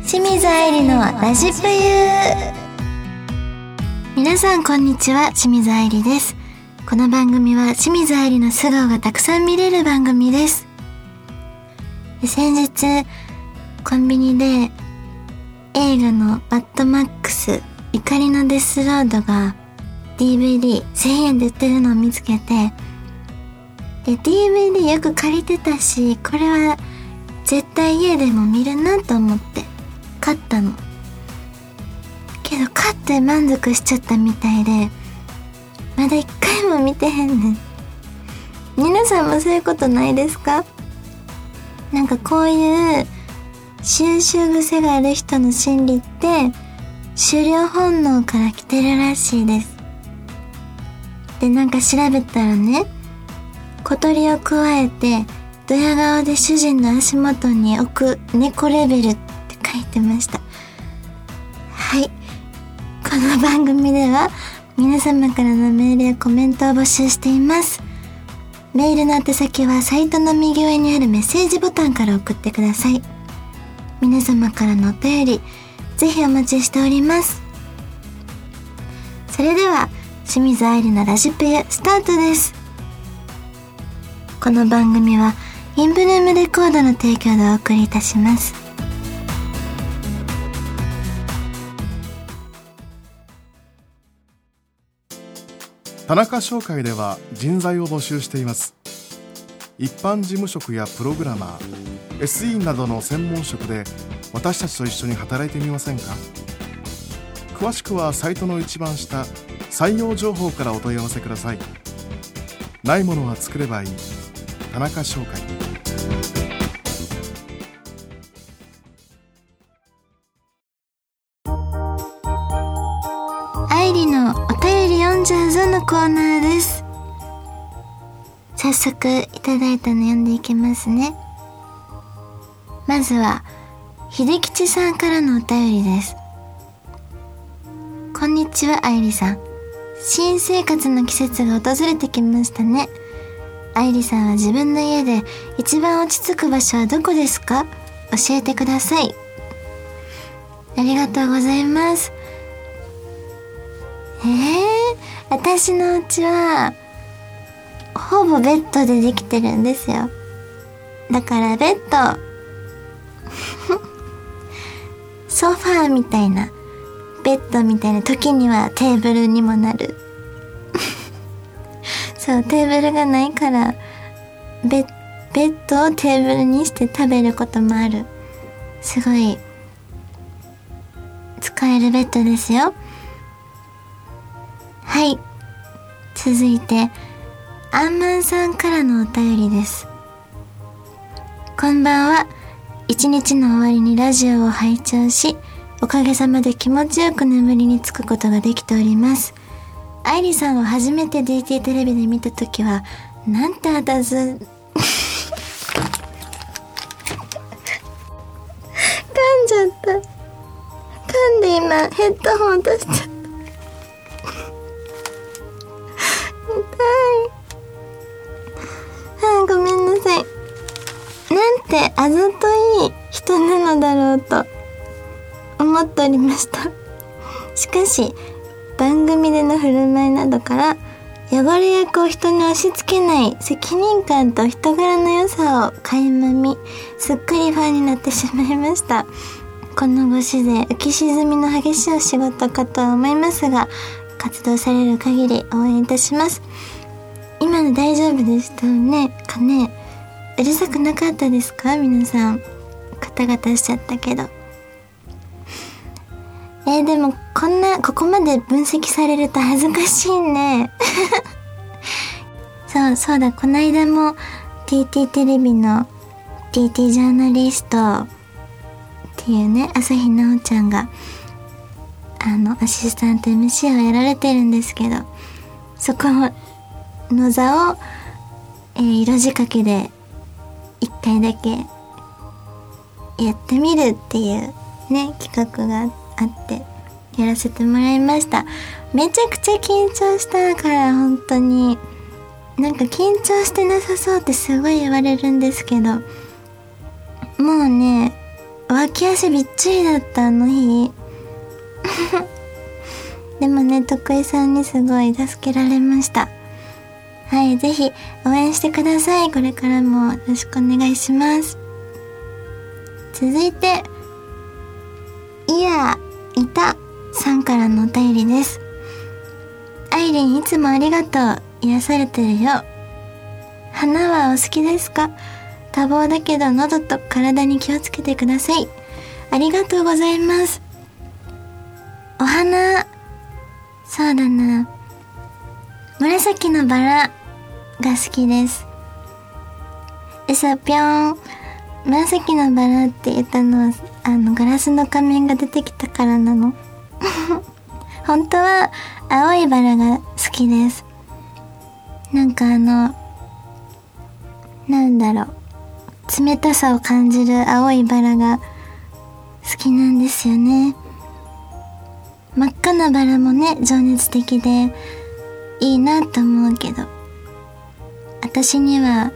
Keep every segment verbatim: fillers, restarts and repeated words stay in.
清水愛理のラジプユ。皆さんこんにちは、清水愛理です。この番組は清水愛理の素顔がたくさん見れる番組です。先日コンビニで映画のマッドマックス怒りのデスロードが ディーブイディーせんえんで売ってるのを見つけて、で ディーブイディー よく借りてたし、これは絶対家でも見るなと思って買ったの。けど買って満足しちゃったみたいで、まだ一回も見てへんねん。皆さんもそういうことないですか？なんかこういう収集癖がある人の心理って狩猟本能から来てるらしいです。で、なんか調べたらね、小鳥をくわえてドヤ顔で主人の足元に置く猫レベルって書いてました。はい、この番組では皆様からのメールやコメントを募集しています。メールの宛先はサイトの右上にあるメッセージボタンから送ってください。皆様からのお便りぜひお待ちしております。それでは清水愛理のラジプユスタートです。この番組はインブルームレコードの提供でお送りいたします。 田中商会では人材を募集しています。一般事務職やプログラマー、エスイー などの専門職で私たちと一緒に働いてみませんか？詳しくはサイトの一番下、採用情報からお問い合わせください。ないものは作ればいい。田中商会。 愛理のお便り読んじゃうぞのコーナーです。早速いただいたの読んでいきますね。まずは秀吉さんからのお便りです。こんにちは、愛理さん。新生活の季節が訪れてきましたね。愛理さんは自分の家で一番落ち着く場所はどこですか？教えてください。ありがとうございます。えー、私の家はほぼベッドでできてるんですよ。だからベッドソファーみたいな、ベッドみたいな、時にはテーブルにもなるそう、テーブルがないからベッ、ベッドをテーブルにして食べることもある。すごい使えるベッドですよ。はい、続いてアンマンさんからのお便りです。こんばんは。一日の終わりにラジオを拝聴し、おかげさまで気持ちよく眠りにつくことができております。愛理さんを初めて ディーティー テレビで見たときはなんてあたず噛んじゃった噛んで今ヘッドホン落としちゃった痛い。あー、ごめんなさい。なんてあざとい人なのだろうと思っておりました。しかし番組での振る舞いなどから汚れ役を人に押し付けない責任感と人柄の良さを垣間見、すっかりファンになってしまいました。このご指で浮き沈みの激しいお仕事かとは思いますが、活動される限り応援いたします。今の大丈夫でしたよねかね？うるさくなかったですか？皆さんガタガタしちゃったけど。えー、でもこんなここまで分析されると恥ずかしいねそうそうだ、この間も ティーティー テレビの ティーティー ジャーナリストっていうね、朝日奈央ちゃんがあのアシスタント エムシー をやられてるんですけど、そこの座を、えー、色仕掛けで一回だけやってみるっていうね企画があってやらせてもらいました。めちゃくちゃ緊張したから、本当になんか緊張してなさそうってすごい言われるんですけど、もうね脇汗びっちりだったあの日でもね、徳井さんにすごい助けられました。はい、ぜひ応援してください。これからもよろしくお願いします。続いて、いやいたさんからのお便りです。アイリン、いつもありがとう。癒されてるよ。花はお好きですか？多忙だけど喉と体に気をつけてください。ありがとうございます。お花、そうだな、紫のバラが好きです。えさぴょん、紫のバラって言ったのはあのガラスの仮面が出てきたからなの本当は青いバラが好きです。なんかあのなんだろう、冷たさを感じる青いバラが好きなんですよね。真っ赤なバラもね、情熱的でいいなと思うけど、私には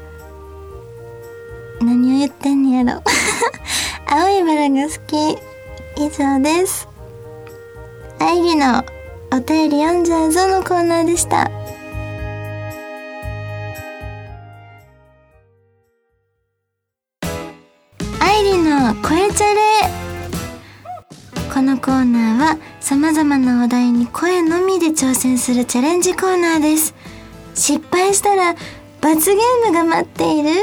何を言ってんやろ青いバラが好き。以上です。アイリのお便り読んじゃうぞのコーナーでした。アイリの声チャレ。このコーナーは様々なお題に声のみで挑戦するチャレンジコーナーです。失敗したら罰ゲームが待っている。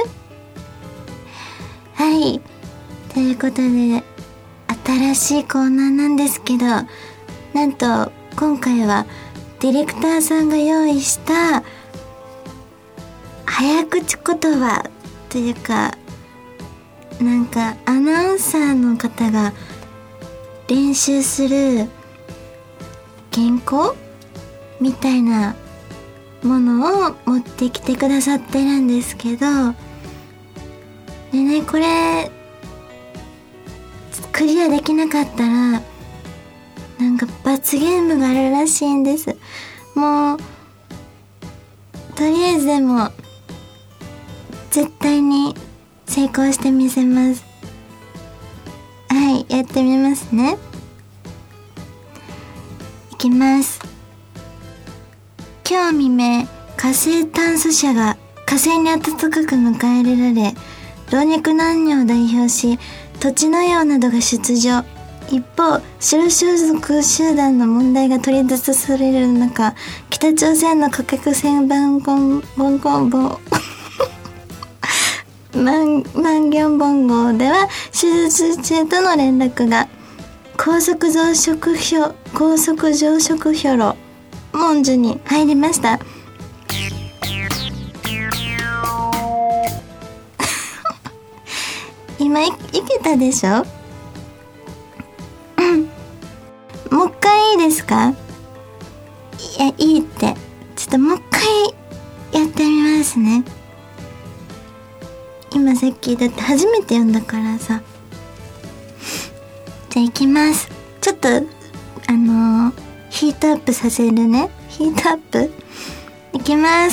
はい、ということで新しいコーナーなんですけど、なんと今回はディレクターさんが用意した早口言葉というか、なんかアナウンサーの方が練習する原稿みたいなものを持ってきてくださってるんですけど、でね、これクリアできなかったらなんか罰ゲームがあるらしいんです。もうとりあえずでも絶対に成功してみせます。はい、やってみますね。いきます。今日未明、火星探査車が火星に暖かく迎え入れられ、老若男女を代表し土地の用などが出場。一方、白装束集団の問題が取り沙汰される中、北朝鮮の核戦番号番号マンギョンボン号では手術中との連絡が。高速増殖標高速増殖標路文字に入りました今 い, いけたでしょもう一回いいですか？いや、いいって。ちょっともう一回やってみますね。今さっきだって初めて読んだからさ。じゃあ行きます。ちょっとあのー、ヒートアップさせるね。ヒートアップいきます。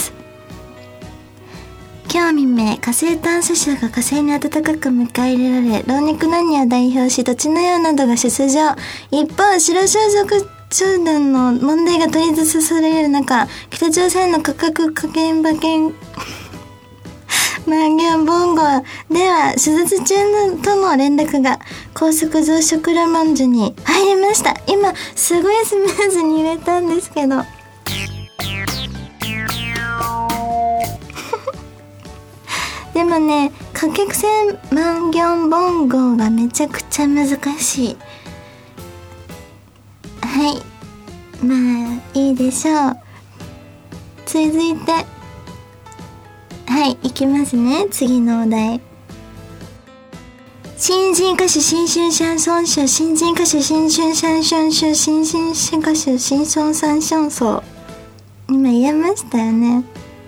今日未明、火星探査車が火星に暖かく迎え入れられ、老若男女を代表し土地の用などが出場。一方、白装束集団の問題が取り沙汰される中、北朝鮮の価格加減馬券マンギョンボン号では手術中のとの連絡が。高速増殖ラモンジュに入りました。今すごいスムーズに入れたんですけどでもね、貨客船マンギョンボン号がめちゃくちゃ難しい。はい、まあいいでしょう。続いてはい、いきますね。次のお題。新人歌手新春シャンソン集、新人歌手新春シャンソン集、新人歌手新春シャンソン奏。今言えましたよね。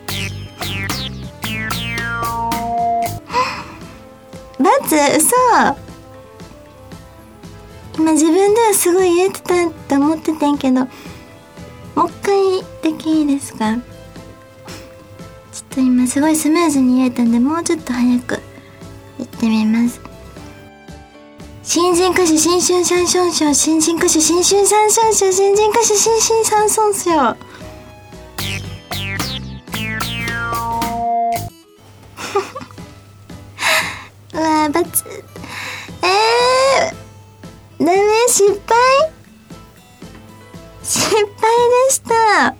バツ？嘘。今自分ではすごい言えてたって思ってたんけど、もう一回だけいいですか？ちょっと今すごいスムーズに言えたんで、もうちょっと早く言ってみます。 新人歌手新春三son賞、新人歌手新春三son賞、新人歌手新春三son賞。うわー、バツ。えー、ダメ、失敗失敗でした。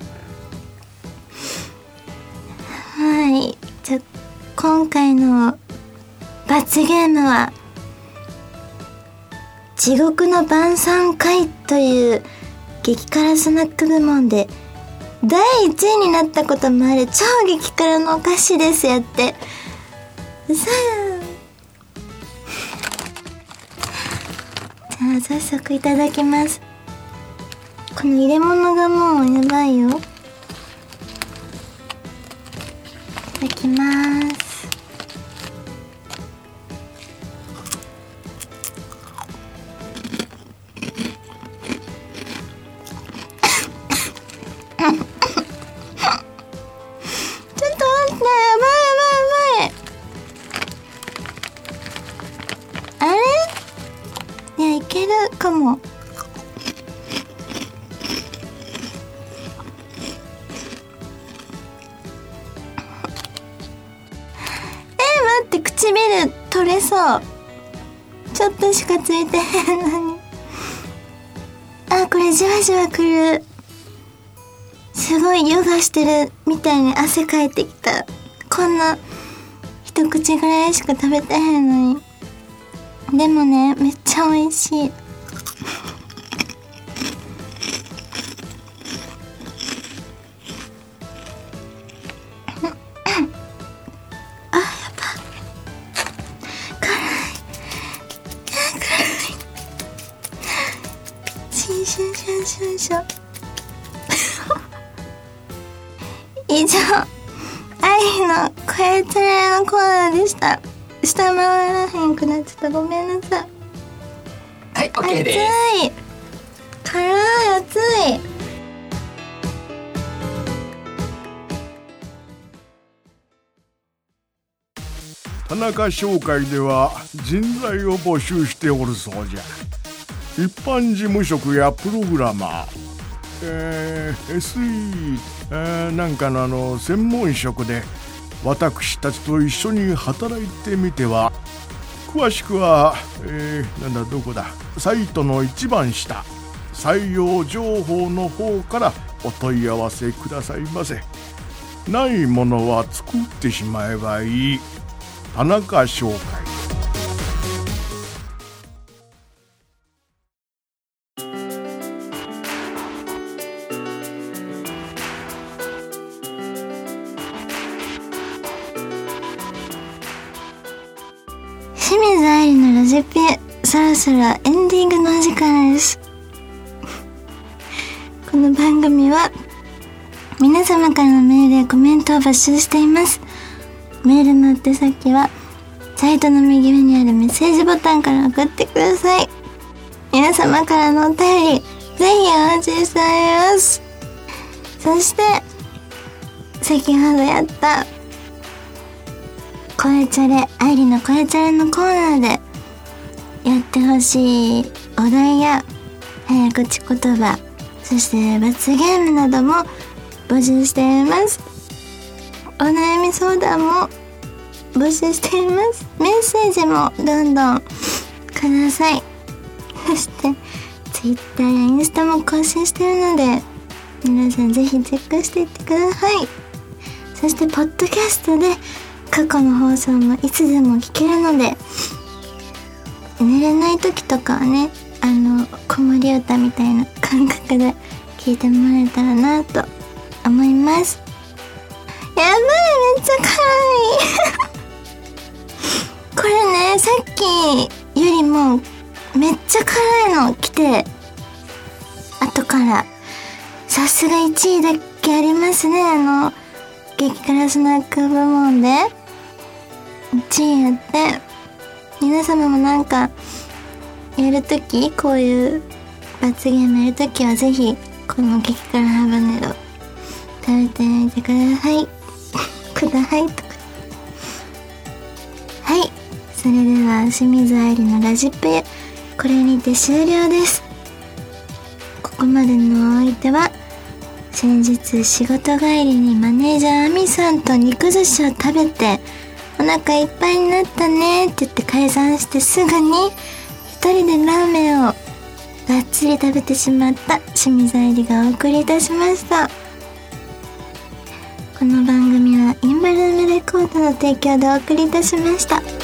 はい、じゃ今回の罰ゲームは地獄の晩餐会という激辛スナック部門でだいいちいになったこともある超激辛のお菓子です。やってうそやん。じゃあ早速いただきます。この入れ物がもうやばいよ。いただきます。いけるかも。えー、待って、唇取れそう。ちょっとしかついてへんのに。あ、これじわじわくる。すごいヨガしてるみたいに汗かいてきた。こんな一口ぐらいしか食べてへんのに。でもね、めっちゃ美味しい。あ、やば。辛い。辛い。新春三son賞。以上、愛の声つれのコーナーでした。下回らへんくなっちゃった。ごめんなさい。 はい、OK です。 熱い。辛い、熱い。 田中商会では人材を募集しておるそうじゃ。一般事務職やプログラマー、えー、エスイー、えー、なんかのあの専門職で私たちと一緒に働いてみては。詳しくは、えー、なんだどこだサイトの一番下採用情報の方からお問い合わせくださいませ。ないものは作ってしまえばいい。田中商会。 清水愛理のラジピ、そろそろエンディングのお時間です。この番組は皆様からのメールやコメントを募集しています。メールの宛先はサイトの右上にあるメッセージボタンから送ってください。皆様からのお便りぜひお待ちしております。そして先ほどやった声チャレ、愛理の声チャレのコーナーでやってほしいお題や早口言葉、そして罰ゲームなども募集しています。お悩み相談も募集しています。メッセージもどんどんください。そしてツイッターやインスタも更新しているので皆さんぜひチェックしていってください。そしてポッドキャストで過去の放送もいつでも聞けるので、寝れない時とかはね、あの子守歌みたいな感覚で聞いてもらえたらなと思います。やばい、めっちゃ辛いこれね、さっきよりもめっちゃ辛いの来て、後からさすがいちいだけありますね。あの激辛スナック部門でいちいやって、皆様もなんかやるとき、こういう罰ゲームやるときはぜひこの激辛ハバネロ食べてみてくださいくださいとか。はい、それでは清水愛理のラジプ、 これにて終了です。ここまでのお相手は、先日仕事帰りにマネージャーアミさんと肉寿司を食べて、お腹いっぱいになったねって言って解散してすぐに一人でラーメンをがっつり食べてしまった清水愛理がお送りいたしました。この番組はインバルームレコードの提供でお送りいたしました。